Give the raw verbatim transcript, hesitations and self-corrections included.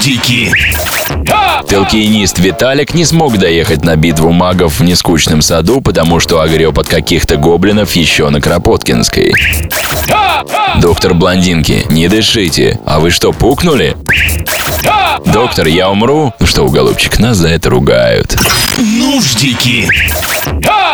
Нуждики. Толкиенист Виталик не смог доехать на битву магов в Нескучном саду, потому что огреб от каких-то гоблинов еще на Кропоткинской. Доктор Блондинки, не дышите. А вы что, пукнули? Доктор, я умру? Ну что, голубчик, нас за это ругают. Нуждики.